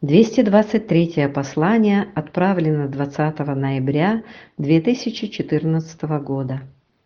223 послание отправлено 20 ноября 2014 года.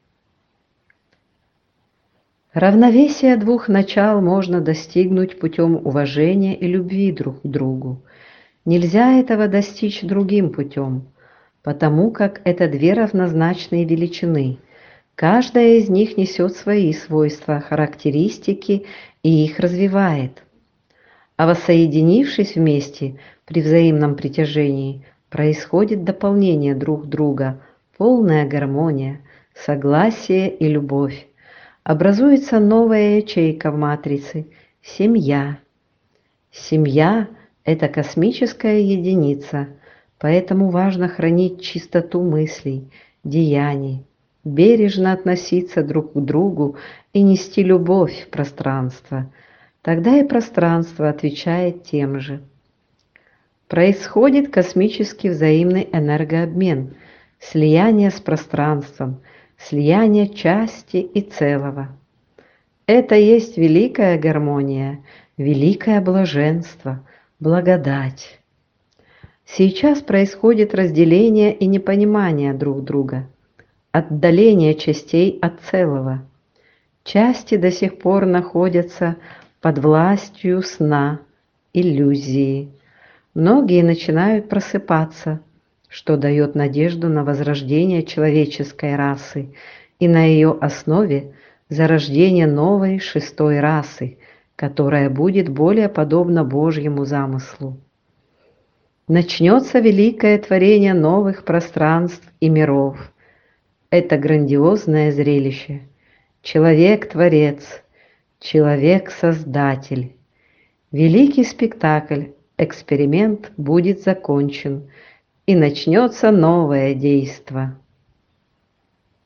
Равновесие двух начал можно достигнуть путем уважения и любви друг к другу. Нельзя этого достичь другим путем, потому как это две равнозначные величины. Каждая из них несет свои свойства, характеристики и их развивает. А воссоединившись вместе при взаимном притяжении, происходит дополнение друг друга, полная гармония, согласие и любовь. Образуется новая ячейка в матрице – семья. Семья – это космическая единица, поэтому важно хранить чистоту мыслей, деяний, бережно относиться друг к другу и нести любовь в пространство. Тогда и пространство отвечает тем же. Происходит космический взаимный энергообмен, слияние с пространством, слияние части и целого. Это есть великая гармония, великое блаженство, благодать. Сейчас происходит разделение и непонимание друг друга, отдаление частей от целого. Части до сих пор находятся под властью сна, иллюзии. Многие начинают просыпаться, что дает надежду на возрождение человеческой расы и на ее основе зарождение новой шестой расы, которая будет более подобна Божьему замыслу. Начнется великое творение новых пространств и миров. Это грандиозное зрелище. Человек-творец, человек-создатель. Великий спектакль, эксперимент будет закончен, и начнется новое действо.